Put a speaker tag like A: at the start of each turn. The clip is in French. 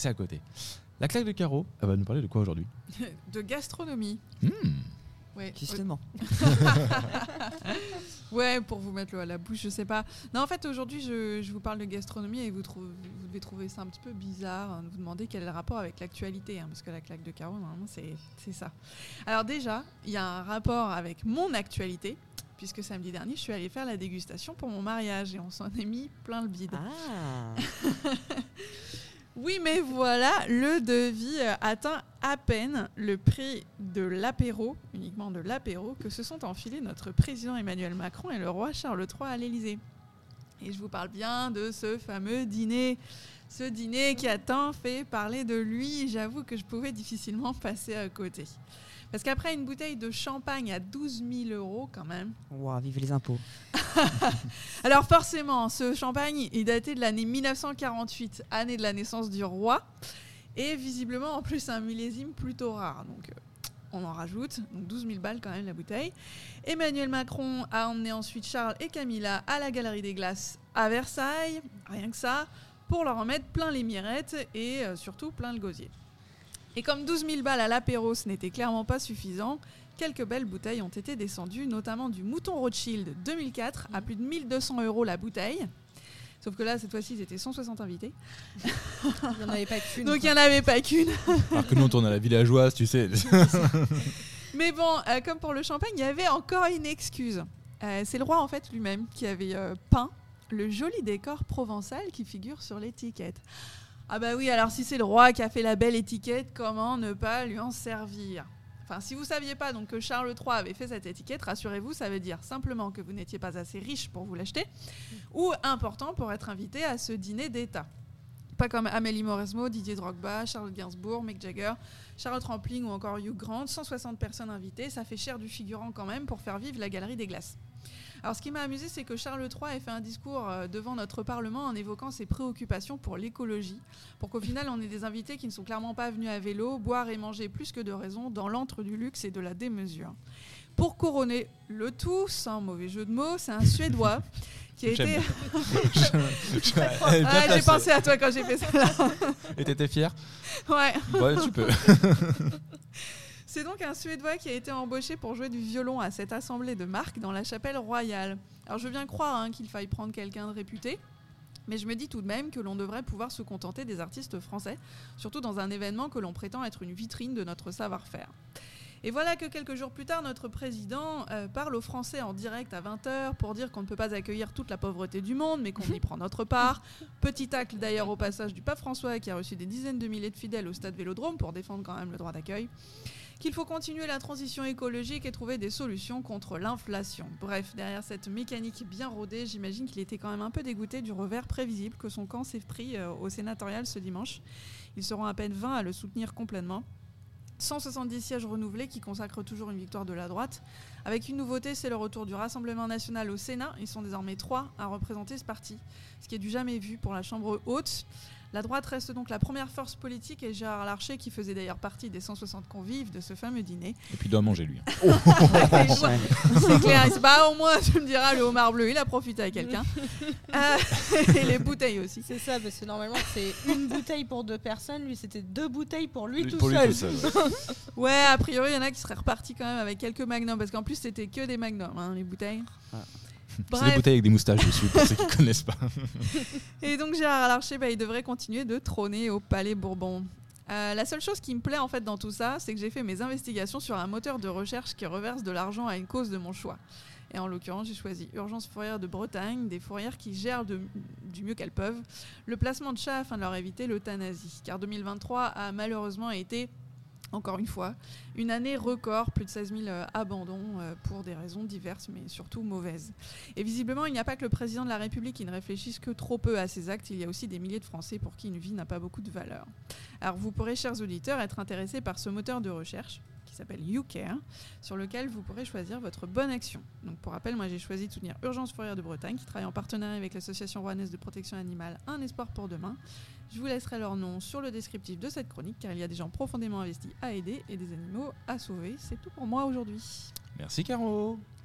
A: C'est à côté. La claque de Caro, elle va nous parler de quoi aujourd'hui ?
B: De gastronomie. Ouais.
C: Justement.
B: Ouais, pour vous mettre l'eau à la bouche, je sais pas. Non, en fait, aujourd'hui, je vous parle de gastronomie et vous devez trouver ça un petit peu bizarre, de vous demander quel est le rapport avec l'actualité, parce que la claque de Caro, normalement, c'est ça. Alors déjà, il y a un rapport avec mon actualité, puisque samedi dernier, je suis allée faire la dégustation pour mon mariage et on s'en est mis plein le bide.
C: Ah.
B: Oui, mais voilà, le devis atteint à peine le prix de l'apéro, uniquement de l'apéro, que se sont enfilés notre président Emmanuel Macron et le roi Charles III à l'Élysée. Et je vous parle bien de ce fameux dîner. Ce dîner qui a tant fait parler de lui, j'avoue que je pouvais difficilement passer à côté. Parce qu'après une bouteille de champagne à 12 000 € quand même.
C: Wow, vive les impôts.
B: Alors forcément, ce champagne est daté de l'année 1948, année de la naissance du roi. Et visiblement, en plus, un millésime plutôt rare. Donc on en rajoute. Donc 12 000 balles quand même la bouteille. Emmanuel Macron a emmené ensuite Charles et Camilla à la Galerie des Glaces à Versailles. Rien que ça, pour leur en mettre plein les mirettes et surtout plein le gosier. Et comme 12 000 balles à l'apéro, ce n'était clairement pas suffisant, quelques belles bouteilles ont été descendues, notamment du Mouton Rothschild 2004 à plus de 1 200 € la bouteille. Sauf que là, cette fois-ci, ils étaient 160 invités.
D: Il n'y en avait pas qu'une.
B: Donc il n'y en avait pas qu'une.
A: Alors que nous, on tourne à la villageoise, tu sais.
B: Mais bon, comme pour le champagne, il y avait encore une excuse. C'est le roi, en fait, lui-même, qui avait peint le joli décor provençal qui figure sur l'étiquette. Ah bah oui, alors si c'est le roi qui a fait la belle étiquette, comment ne pas lui en servir ? Enfin, si vous ne saviez pas donc, que Charles III avait fait cette étiquette, rassurez-vous, ça veut dire simplement que vous n'étiez pas assez riche pour vous l'acheter ou important pour être invité à ce dîner d'État. Pas comme Amélie Mauresmo, Didier Drogba, Charlotte Gainsbourg, Mick Jagger, Charlotte Rampling ou encore Hugh Grant, 160 personnes invitées, ça fait cher du figurant quand même pour faire vivre la Galerie des Glaces. Alors ce qui m'a amusé, c'est que Charles III ait fait un discours devant notre Parlement en évoquant ses préoccupations pour l'écologie, pour qu'au final on ait des invités qui ne sont clairement pas venus à vélo, boire et manger plus que de raison dans l'antre du luxe et de la démesure. Pour couronner le tout, sans mauvais jeu de mots, c'est un Suédois qui a été... j'ai pensé à toi quand j'ai fait ça là.
A: Et t'étais fière ?
B: Ouais.
A: Ouais, tu peux.
B: C'est donc un Suédois qui a été embauché pour jouer du violon à cette assemblée de marque dans la chapelle royale. Alors je veux bien croire qu'il faille prendre quelqu'un de réputé, mais je me dis tout de même que l'on devrait pouvoir se contenter des artistes français, surtout dans un événement que l'on prétend être une vitrine de notre savoir-faire. Et voilà que quelques jours plus tard, notre président parle aux Français en direct à 20h pour dire qu'on ne peut pas accueillir toute la pauvreté du monde, mais qu'on y prend notre part. Petit tacle d'ailleurs au passage du pape François qui a reçu des dizaines de milliers de fidèles au stade Vélodrome pour défendre quand même le droit d'accueil. Qu'il faut continuer la transition écologique et trouver des solutions contre l'inflation. Bref, derrière cette mécanique bien rodée, j'imagine qu'il était quand même un peu dégoûté du revers prévisible que son camp s'est pris au sénatorial ce dimanche. Ils seront à peine 20 à le soutenir complètement. 170 sièges renouvelés qui consacrent toujours une victoire de la droite. Avec une nouveauté, c'est le retour du Rassemblement national au Sénat. Ils sont désormais 3 à représenter ce parti, ce qui est du jamais vu pour la Chambre haute. La droite reste donc la première force politique et Gérard Larcher, qui faisait d'ailleurs partie des 160 convives de ce fameux dîner.
A: Et puis il doit manger, lui.
B: C'est clair. Au moins, tu me diras, le homard bleu, il a profité à quelqu'un. Et les bouteilles aussi.
D: C'est ça, parce que normalement, c'est une bouteille pour 2 personnes. Lui, c'était 2 bouteilles pour lui tout
A: pour
D: seul.
A: Lui tout seul.
B: Ouais, a priori, il y en a qui seraient repartis quand même avec quelques magnums, parce qu'en plus, c'était que des magnums, les bouteilles.
A: Ah.
B: Bref.
A: C'est des bouteilles avec des moustaches dessus, pour ceux qui ne connaissent pas.
B: Et donc Gérard Larcher, il devrait continuer de trôner au Palais Bourbon. La seule chose qui me plaît en fait dans tout ça, c'est que j'ai fait mes investigations sur un moteur de recherche qui reverse de l'argent à une cause de mon choix. Et en l'occurrence, j'ai choisi Urgences fourrières de Bretagne, des fourrières qui gèrent du mieux qu'elles peuvent le placement de chats afin de leur éviter l'euthanasie. Car 2023 a malheureusement été, encore une fois, une année record, plus de 16 000 abandons pour des raisons diverses, mais surtout mauvaises. Et visiblement, il n'y a pas que le président de la République qui ne réfléchisse que trop peu à ses actes, il y a aussi des milliers de Français pour qui une vie n'a pas beaucoup de valeur. Alors vous pourrez, chers auditeurs, être intéressés par ce moteur de recherche qui s'appelle YouCare, sur lequel vous pourrez choisir votre bonne action. Donc pour rappel, moi j'ai choisi de soutenir Urgences fourrières de Bretagne, qui travaille en partenariat avec l'association rouennaise de protection animale Un espoir pour demain. Je vous laisserai leur nom sur le descriptif de cette chronique, car il y a des gens profondément investis à aider et des animaux à sauver. C'est tout pour moi aujourd'hui.
A: Merci Caro.